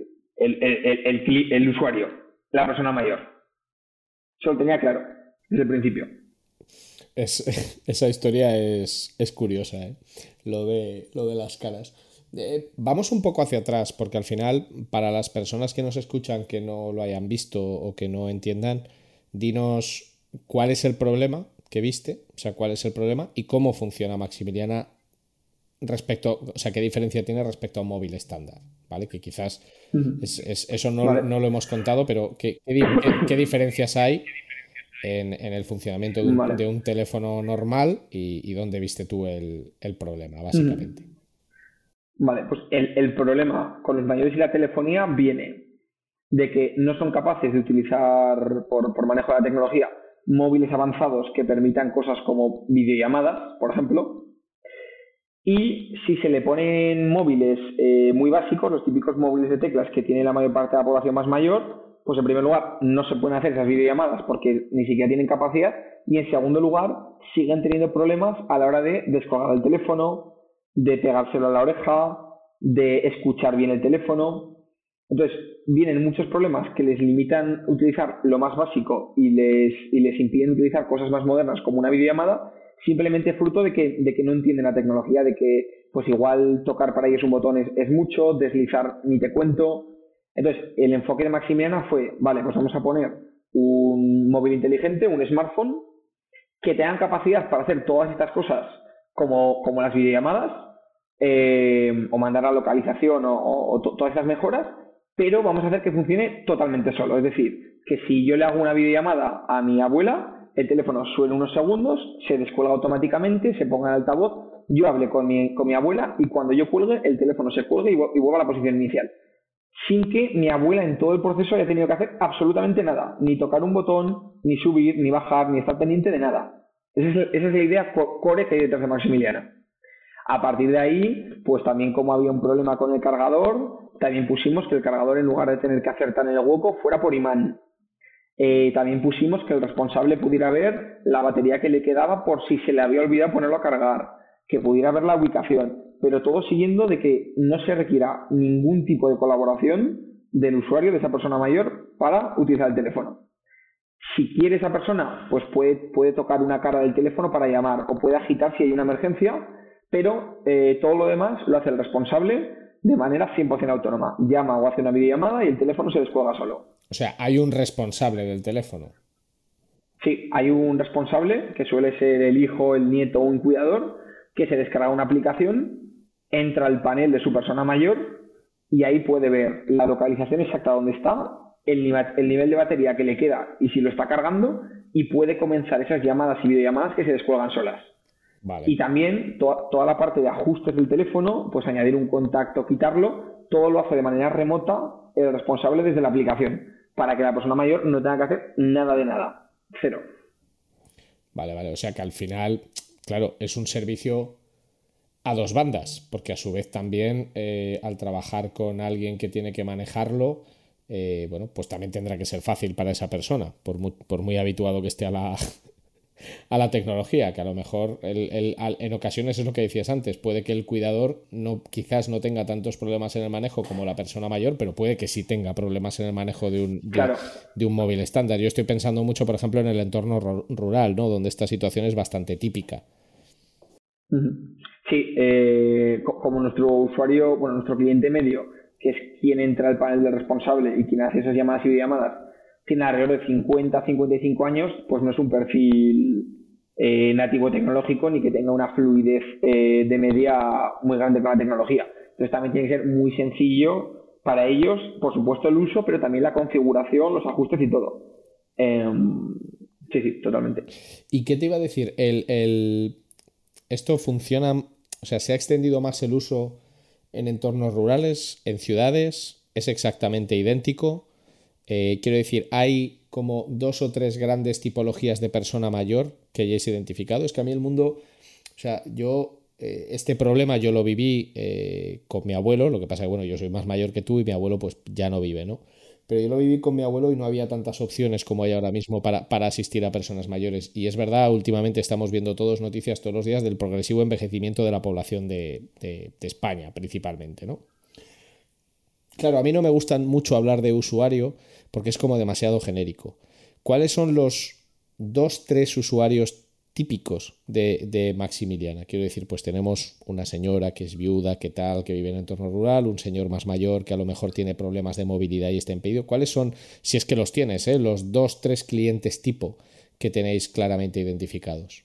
el usuario, la persona mayor. Eso lo tenía claro desde el principio. Esa historia es curiosa, ¿eh? Lo de las caras. Vamos un poco hacia atrás, porque al final, para las personas que nos escuchan que no lo hayan visto o que no entiendan, dinos cuál es el problema que viste, o sea, cuál es el problema y cómo funciona Maximiliana respecto, o sea, qué diferencia tiene respecto a un móvil estándar, ¿vale? Que quizás eso Vale. no lo hemos contado, pero ¿qué diferencias hay en el funcionamiento Vale. de un teléfono normal y dónde viste tú el problema, básicamente? Vale, pues el problema con los mayores y la telefonía viene de que no son capaces de utilizar, por manejo de la tecnología, móviles avanzados que permitan cosas como videollamadas, por ejemplo. Y si se le ponen móviles muy básicos, los típicos móviles de teclas que tiene la mayor parte de la población más mayor, pues en primer lugar no se pueden hacer esas videollamadas porque ni siquiera tienen capacidad, y en segundo lugar siguen teniendo problemas a la hora de descolgar el teléfono, de pegárselo a la oreja, de escuchar bien el teléfono. Entonces vienen muchos problemas que les limitan utilizar lo más básico y les impiden utilizar cosas más modernas como una videollamada, simplemente fruto de que no entienden la tecnología, de que pues igual tocar para ellos un botón es mucho, deslizar ni te cuento. Entonces el enfoque de Maximiliana fue, vale, pues vamos a poner un móvil inteligente, un smartphone, que tengan capacidad para hacer todas estas cosas como las videollamadas, o mandar la localización o todas estas mejoras, pero vamos a hacer que funcione totalmente solo. Es decir, que si yo le hago una videollamada a mi abuela, el teléfono suena unos segundos, se descuelga automáticamente, se ponga en altavoz, yo hable con mi abuela y cuando yo cuelgue, el teléfono se cuelgue y vuelva a la posición inicial. Sin que mi abuela en todo el proceso haya tenido que hacer absolutamente nada, ni tocar un botón, ni subir, ni bajar, ni estar pendiente de nada. Esa es la idea core que hay detrás de Maximiliana. A partir de ahí, pues también como había un problema con el cargador, también pusimos que el cargador, en lugar de tener que acertar en el hueco, fuera por imán. También pusimos que el responsable pudiera ver la batería que le quedaba por si se le había olvidado ponerlo a cargar, que pudiera ver la ubicación, pero todo siguiendo de que no se requiera ningún tipo de colaboración del usuario, de esa persona mayor, para utilizar el teléfono. Si quiere esa persona, pues puede tocar una cara del teléfono para llamar o puede agitar si hay una emergencia, pero todo lo demás lo hace el responsable de manera 100% autónoma. Llama o hace una videollamada y el teléfono se descuelga solo. O sea, hay un responsable del teléfono. Sí, hay un responsable, que suele ser el hijo, el nieto o un cuidador, que se descarga una aplicación, entra al panel de su persona mayor y ahí puede ver la localización exacta donde está, el nivel de batería que le queda y si lo está cargando, y puede comenzar esas llamadas y videollamadas que se descuelgan solas. Vale. Y también toda la parte de ajustes del teléfono, pues añadir un contacto, quitarlo, todo lo hace de manera remota el responsable desde la aplicación, para que la persona mayor no tenga que hacer nada de nada. Cero. Vale. O sea que al final, claro, es un servicio a dos bandas, porque a su vez también al trabajar con alguien que tiene que manejarlo, bueno, pues también tendrá que ser fácil para esa persona, por muy habituado que esté a la tecnología, que a lo mejor en ocasiones es lo que decías antes, puede que el cuidador quizás no tenga tantos problemas en el manejo como la persona mayor, pero puede que sí tenga problemas en el manejo de un móvil estándar. Yo estoy pensando mucho, por ejemplo, en el entorno rural, ¿no? Donde esta situación es bastante típica. Sí, como nuestro usuario, bueno, nuestro cliente medio, que es quien entra al panel del responsable y quien hace esas llamadas y videollamadas, tiene alrededor de 50, 55 años, pues no es un perfil nativo tecnológico ni que tenga una fluidez de media muy grande con la tecnología. Entonces también tiene que ser muy sencillo para ellos, por supuesto el uso, pero también la configuración, los ajustes y todo. Sí, totalmente. ¿Y qué te iba a decir? Esto funciona, o sea, ¿se ha extendido más el uso en entornos rurales, en ciudades? ¿Es exactamente idéntico? Quiero decir, ¿hay como 2 o 3 grandes tipologías de persona mayor que hayáis identificado? Es que a mí el mundo, o sea, yo este problema yo lo viví con mi abuelo, lo que pasa que, bueno, yo soy más mayor que tú y mi abuelo pues ya no vive, ¿no? Pero yo lo viví con mi abuelo y no había tantas opciones como hay ahora mismo para asistir a personas mayores. Y es verdad, últimamente estamos viendo todos noticias todos los días del progresivo envejecimiento de la población de España, principalmente, ¿no? Claro, a mí no me gusta mucho hablar de usuario porque es como demasiado genérico. ¿Cuáles son los 2, 3 usuarios típicos de Maximiliana? Quiero decir, pues tenemos una señora que es viuda, que tal, que vive en el entorno rural, un señor más mayor que a lo mejor tiene problemas de movilidad y está impedido. ¿Cuáles son, si es que los tienes, los 2, 3 clientes tipo que tenéis claramente identificados?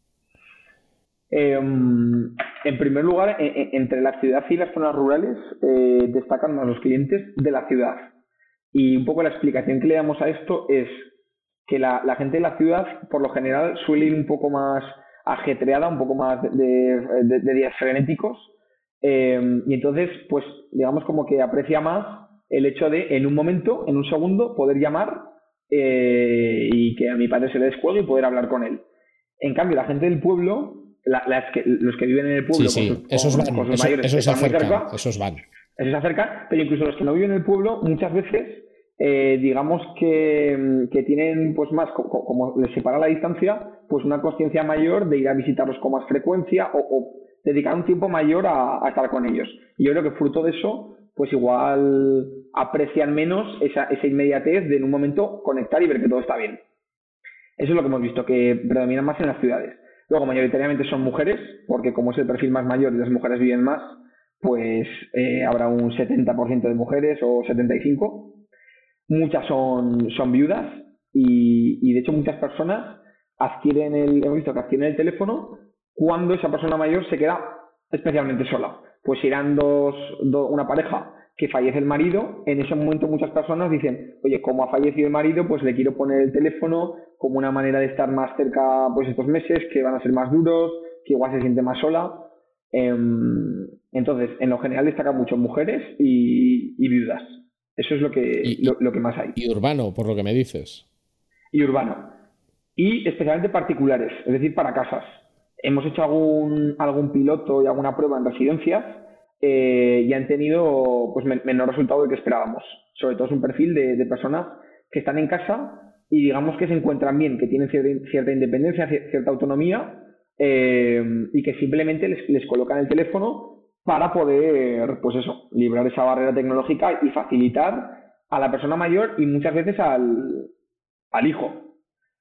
En primer lugar, entre la ciudad y las zonas rurales destacan más los clientes de la ciudad. Y un poco la explicación que le damos a esto es que la gente de la ciudad, por lo general, suele ir un poco más ajetreada, un poco más de días frenéticos. Y entonces, pues, digamos como que aprecia más el hecho de, en un momento, en un segundo, poder llamar y que a mi padre se le descuelgue y poder hablar con él. En cambio, la gente del pueblo, los que viven en el pueblo Sí, esos van, con sus mayores, esos se están muy acercan, cerca, esos van. eso se acerca, pero incluso los que no viven en el pueblo, muchas veces, digamos que tienen pues más, como les separa la distancia, pues una conciencia mayor de ir a visitarlos con más frecuencia o dedicar un tiempo mayor a estar con ellos. Y yo creo que fruto de eso, pues igual aprecian menos esa inmediatez de en un momento conectar y ver que todo está bien. Eso es lo que hemos visto, que predomina más en las ciudades. Luego, mayoritariamente son mujeres, porque como es el perfil más mayor y las mujeres viven más, pues habrá un 70% de mujeres o 75%. Muchas son viudas y de hecho muchas personas hemos visto que adquieren el teléfono cuando esa persona mayor se queda especialmente sola. Pues si eran una pareja que fallece el marido, en ese momento muchas personas dicen, oye, como ha fallecido el marido, pues le quiero poner el teléfono como una manera de estar más cerca pues estos meses, que van a ser más duros, que igual se siente más sola. Entonces, en lo general destacan mucho mujeres y viudas. Eso es lo que más hay. Y urbano, por lo que me dices. Y urbano. Y especialmente particulares, es decir, para casas. Hemos hecho algún piloto y alguna prueba en residencias y han tenido pues menor resultado del que esperábamos. Sobre todo es un perfil de personas que están en casa y digamos que se encuentran bien, que tienen cierta independencia, cierta autonomía y que simplemente les colocan el teléfono para poder, pues eso, librar esa barrera tecnológica y facilitar a la persona mayor y muchas veces al hijo.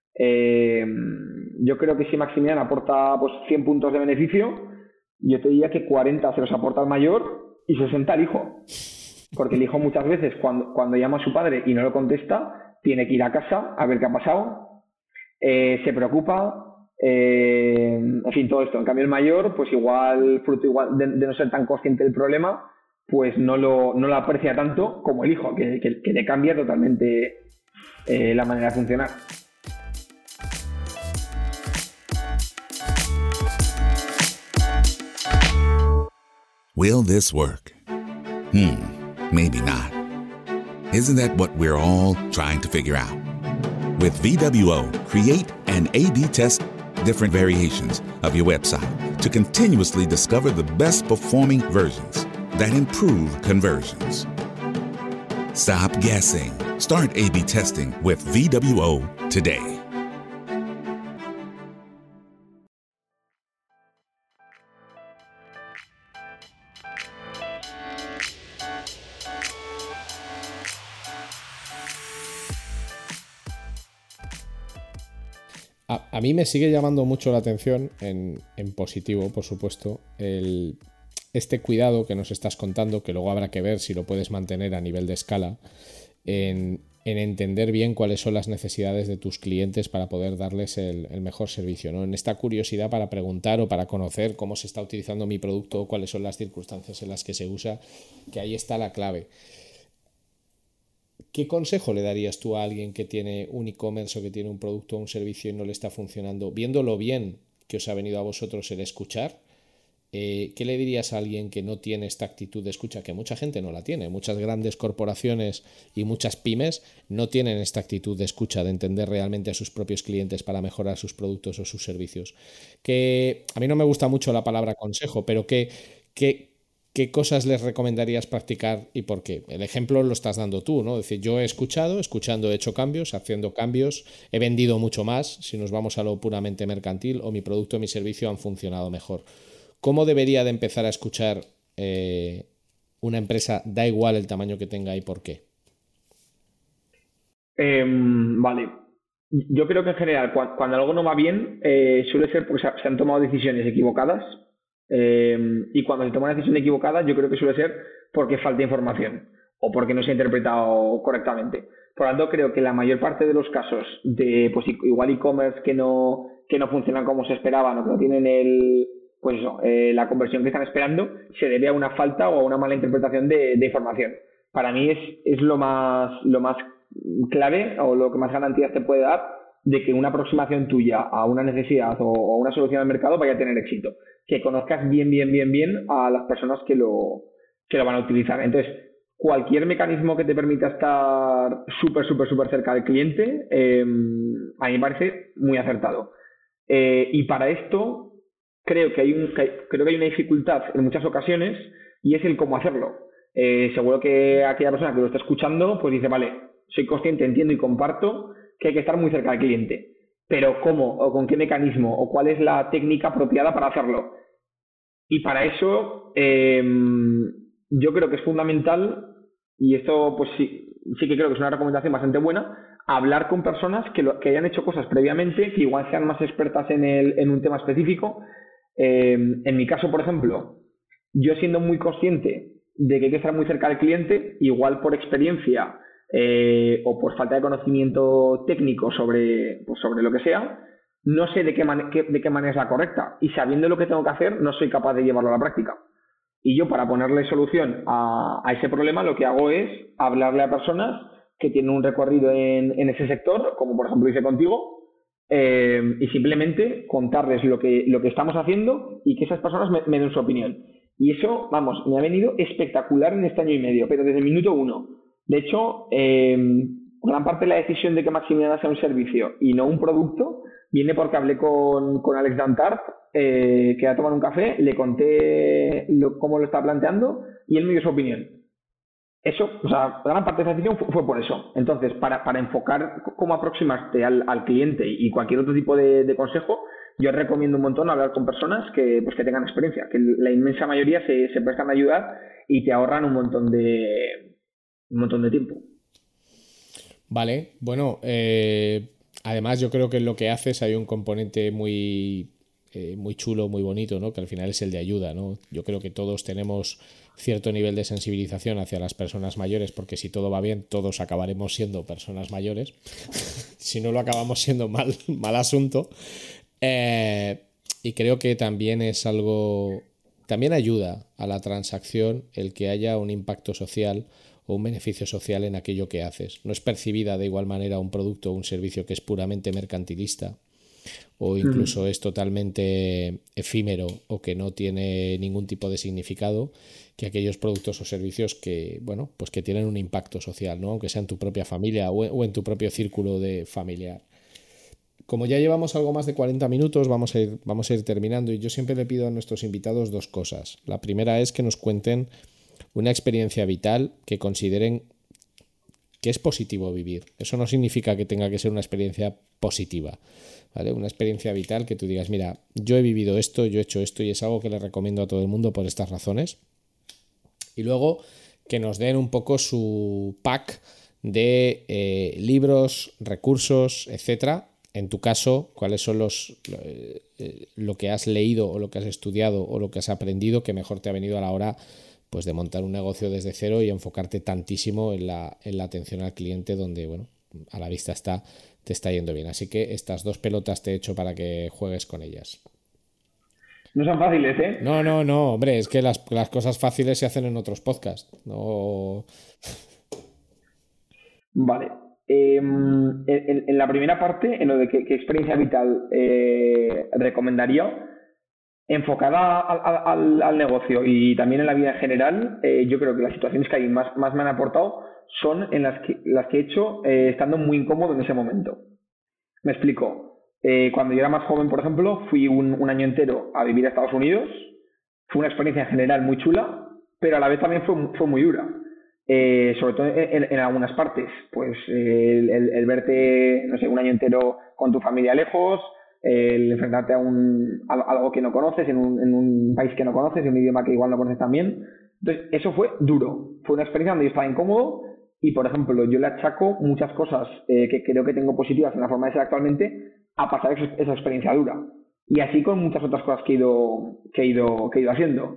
Yo creo que si Maximilian aporta pues 100 puntos de beneficio, yo te diría que 40 se los aporta al mayor y 60 al hijo. Porque el hijo muchas veces cuando llama a su padre y no lo contesta, tiene que ir a casa a ver qué ha pasado, se preocupa, en fin, todo esto. En cambio el mayor, pues fruto de no ser tan consciente del problema, pues no lo aprecia tanto como el hijo, que le cambia totalmente la manera de funcionar. Will this work? Maybe not. Isn't that what we're all trying to figure out? With VWO, create and A/B test different variations of your website to continuously discover the best performing versions that improve conversions. Stop guessing. Start A/B testing with VWO today. A mí me sigue llamando mucho la atención, en positivo, por supuesto, este cuidado que nos estás contando, que luego habrá que ver si lo puedes mantener a nivel de escala, en entender bien cuáles son las necesidades de tus clientes para poder darles el mejor servicio, ¿no? En esta curiosidad para preguntar o para conocer cómo se está utilizando mi producto, cuáles son las circunstancias en las que se usa, que ahí está la clave. ¿Qué consejo le darías tú a alguien que tiene un e-commerce o que tiene un producto o un servicio y no le está funcionando, viendo lo bien que os ha venido a vosotros el escuchar ¿qué le dirías a alguien que no tiene esta actitud de escucha? Que mucha gente no la tiene, muchas grandes corporaciones y muchas pymes no tienen esta actitud de escucha, de entender realmente a sus propios clientes para mejorar sus productos o sus servicios. Que a mí no me gusta mucho la palabra consejo, pero ¿qué cosas les recomendarías practicar y por qué? El ejemplo lo estás dando tú, ¿no? Es decir, yo he escuchando he hecho cambios, haciendo cambios, he vendido mucho más, si nos vamos a lo puramente mercantil, o mi producto o mi servicio han funcionado mejor. ¿Cómo debería de empezar a escuchar una empresa, da igual el tamaño que tenga y por qué? Vale. Yo creo que en general, cuando algo no va bien, suele ser porque se han tomado decisiones equivocadas. Y cuando se toma una decisión equivocada, yo creo que suele ser porque falta información o porque no se ha interpretado correctamente. Por lo tanto, creo que la mayor parte de los casos de, pues igual e-commerce que no funcionan como se esperaban o que no tienen la conversión que están esperando, se debe a una falta o a una mala interpretación de información. Para mí es lo más clave o lo que más garantías te puede dar de que una aproximación tuya a una necesidad o a una solución al mercado vaya a tener éxito. Que conozcas bien a las personas que lo van a utilizar. Entonces, cualquier mecanismo que te permita estar súper cerca del cliente, a mí me parece muy acertado. Y para esto, creo que hay una dificultad en muchas ocasiones y es el cómo hacerlo. Seguro que aquella persona que lo está escuchando pues dice, vale, soy consciente, entiendo y comparto que hay que estar muy cerca del cliente. Pero ¿cómo? ¿O con qué mecanismo? ¿O cuál es la técnica apropiada para hacerlo? Y para eso yo creo que es fundamental, y esto pues sí que creo que es una recomendación bastante buena, hablar con personas que hayan hecho cosas previamente, que igual sean más expertas en un tema específico. En mi caso, por ejemplo, yo siendo muy consciente de que hay que estar muy cerca del cliente, igual por experiencia o por falta de conocimiento técnico sobre lo que sea, no sé de qué manera es la correcta, y sabiendo lo que tengo que hacer no soy capaz de llevarlo a la práctica. Y yo, para ponerle solución a ese problema, lo que hago es hablarle a personas que tienen un recorrido en ese sector, como por ejemplo hice contigo, y simplemente contarles lo que estamos haciendo y que esas personas me den su opinión. Y eso, vamos, me ha venido espectacular en este año y medio, pero desde el minuto uno. De hecho, gran parte de la decisión de que Maximiliana sea un servicio y no un producto viene porque hablé con Alex Dantart, que ha tomado un café, le conté cómo lo estaba planteando y él me dio su opinión. Eso, o sea, gran parte de esa decisión fue por eso. Entonces, para enfocar cómo aproximarte al cliente y cualquier otro tipo de consejo, yo recomiendo un montón hablar con personas que tengan experiencia, que la inmensa mayoría se prestan a ayudar y te ahorran un montón de tiempo. Vale, bueno, además yo creo que en lo que haces hay un componente muy chulo, muy bonito, ¿no? Que al final es el de ayuda, ¿no? Yo creo que todos tenemos cierto nivel de sensibilización hacia las personas mayores, porque si todo va bien, todos acabaremos siendo personas mayores. Si no lo acabamos siendo mal asunto. Y creo que también es algo, también ayuda a la transacción el que haya un impacto social o un beneficio social en aquello que haces. No es percibida de igual manera un producto o un servicio que es puramente mercantilista o incluso es totalmente efímero o que no tiene ningún tipo de significado, que aquellos productos o servicios que, bueno, pues que tienen un impacto social, ¿no? Aunque sea en tu propia familia o en tu propio círculo de familiar. Como ya llevamos algo más de 40 minutos, vamos a ir terminando, y yo siempre le pido a nuestros invitados dos cosas. La primera es que nos cuenten una experiencia vital que consideren que es positivo vivir. Eso no significa que tenga que ser una experiencia positiva, ¿vale? Una experiencia vital que tú digas, mira, yo he vivido esto, yo he hecho esto y es algo que le recomiendo a todo el mundo por estas razones. Y luego que nos den un poco su pack de libros, recursos, etcétera. En tu caso, ¿cuáles son lo que has leído o lo que has estudiado o lo que has aprendido que mejor te ha venido a la hora, pues, de montar un negocio desde cero y enfocarte tantísimo en la atención al cliente, donde, bueno, a la vista te está yendo bien? Así que estas dos pelotas te he hecho para que juegues con ellas. No son fáciles, ¿eh? No, hombre, es que las cosas fáciles se hacen en otros podcasts. No. Vale. En la primera parte, en lo de qué experiencia vital recomendaría, Enfocada al negocio y también en la vida en general, yo creo que las situaciones que más me han aportado son en las que he hecho estando muy incómodo en ese momento. Me explico. Cuando yo era más joven, por ejemplo, fui un año entero a vivir a Estados Unidos. Fue una experiencia en general muy chula, pero a la vez también fue muy dura. Sobre todo en algunas partes. Pues el verte, no sé, un año entero con tu familia lejos, el enfrentarte a algo que no conoces, en un país que no conoces, en un idioma que igual no conoces también. Entonces, eso fue duro. Fue una experiencia donde yo estaba incómodo y, por ejemplo, yo le achaco muchas cosas que creo que tengo positivas en la forma de ser actualmente a pasar esa experiencia dura. Y así con muchas otras cosas que he ido haciendo.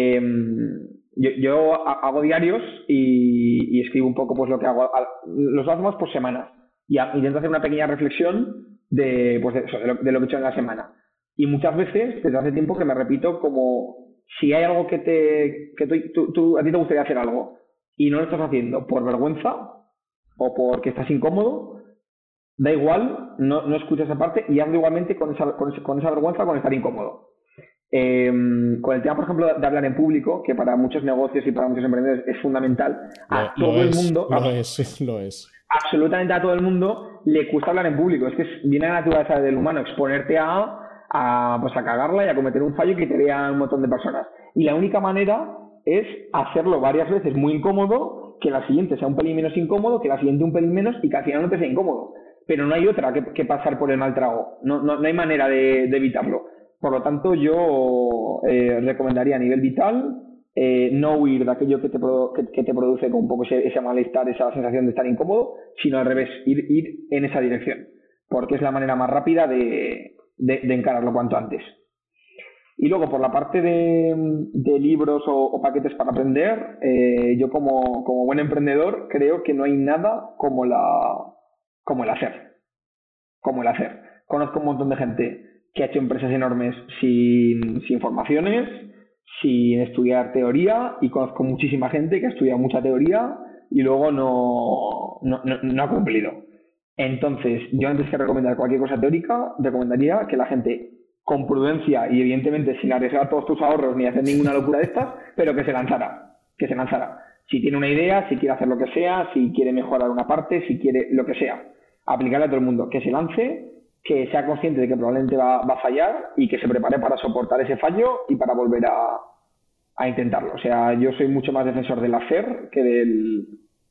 Yo hago diarios y escribo un poco pues lo que hago. Los hacemos por semanas. Y intento hacer una pequeña reflexión de lo que he hecho en la semana. Y muchas veces, desde hace tiempo, que me repito como si hay algo que a ti te gustaría hacer algo y no lo estás haciendo por vergüenza o porque estás incómodo, da igual, no escuches esa parte y hazlo igualmente con esa vergüenza, con estar incómodo. Con el tema, por ejemplo, de hablar en público, que para muchos negocios y para muchos emprendedores es fundamental, todo el mundo... Lo es. Absolutamente a todo el mundo le cuesta hablar en público. Es que viene a la naturaleza del humano exponerte a cagarla y a cometer un fallo que te vean un montón de personas. Y la única manera es hacerlo varias veces muy incómodo, que la siguiente sea un pelín menos incómodo, que la siguiente un pelín menos y que al final no te sea incómodo. Pero no hay otra que pasar por el mal trago. No hay manera de evitarlo. Por lo tanto, yo recomendaría a nivel vital no huir de aquello que te produce con un poco ese malestar, esa sensación de estar incómodo, sino al revés, ir en esa dirección, porque es la manera más rápida de encararlo cuanto antes. Y luego, por la parte de libros o paquetes para aprender, yo como buen emprendedor creo que no hay nada como el hacer. Conozco un montón de gente que ha hecho empresas enormes sin formaciones, sin estudiar teoría, y conozco muchísima gente que ha estudiado mucha teoría y luego no ha cumplido. Entonces, yo antes que recomendar cualquier cosa teórica, recomendaría que la gente, con prudencia y evidentemente sin arriesgar todos tus ahorros ni hacer ninguna locura de estas, pero que se lanzara. Si tiene una idea, si quiere hacer lo que sea, si quiere mejorar una parte, si quiere lo que sea, aplicarle a todo el mundo, que se lance, que sea consciente de que probablemente va a fallar y que se prepare para soportar ese fallo y para volver a intentarlo. O sea, yo soy mucho más defensor del hacer que del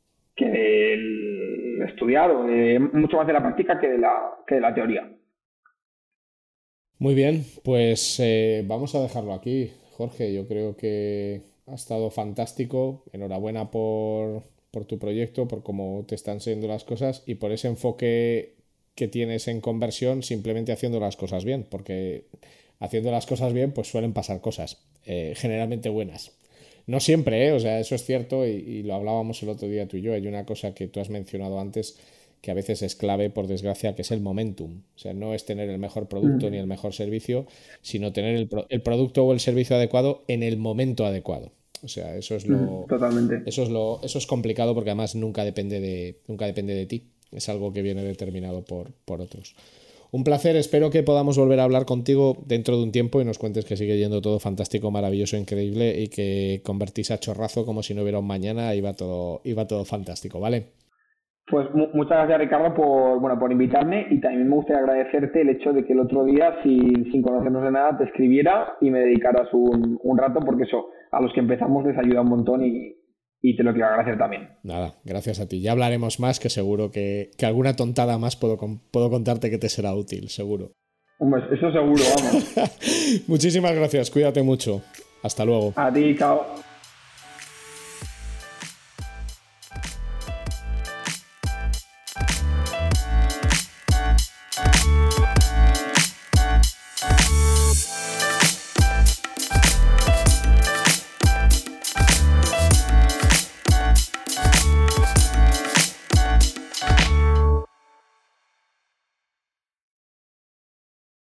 estudiar, o mucho más de la práctica que de la teoría. Muy bien, pues vamos a dejarlo aquí, Jorge. Yo creo que ha estado fantástico. Enhorabuena por tu proyecto, por cómo te están siendo las cosas y por ese enfoque que tienes en conversión simplemente haciendo las cosas bien, porque haciendo las cosas bien pues suelen pasar cosas, generalmente buenas. No siempre, o sea, eso es cierto y lo hablábamos el otro día tú y yo. Hay una cosa que tú has mencionado antes que a veces es clave, por desgracia, que es el momentum. O sea, no es tener el mejor producto ni el mejor servicio, sino tener el producto o el servicio adecuado en el momento adecuado. O sea, eso es lo... Totalmente. Eso es complicado porque además nunca depende de ti. Es algo que viene determinado por otros. Un placer, espero que podamos volver a hablar contigo dentro de un tiempo y nos cuentes que sigue yendo todo fantástico, maravilloso, increíble y que convertís a chorrazo como si no hubiera un mañana. Iba todo fantástico, ¿vale? Pues muchas gracias, Ricardo, por invitarme, y también me gustaría agradecerte el hecho de que el otro día, sin conocernos de nada, te escribiera y me dedicaras un rato, porque eso, a los que empezamos les ayuda un montón y te lo quiero agradecer también. Nada, gracias a ti. Ya hablaremos más, que seguro que alguna tontada más puedo contarte que te será útil, seguro. Hombre, eso seguro, vamos. Muchísimas gracias, cuídate mucho. Hasta luego. A ti, chao.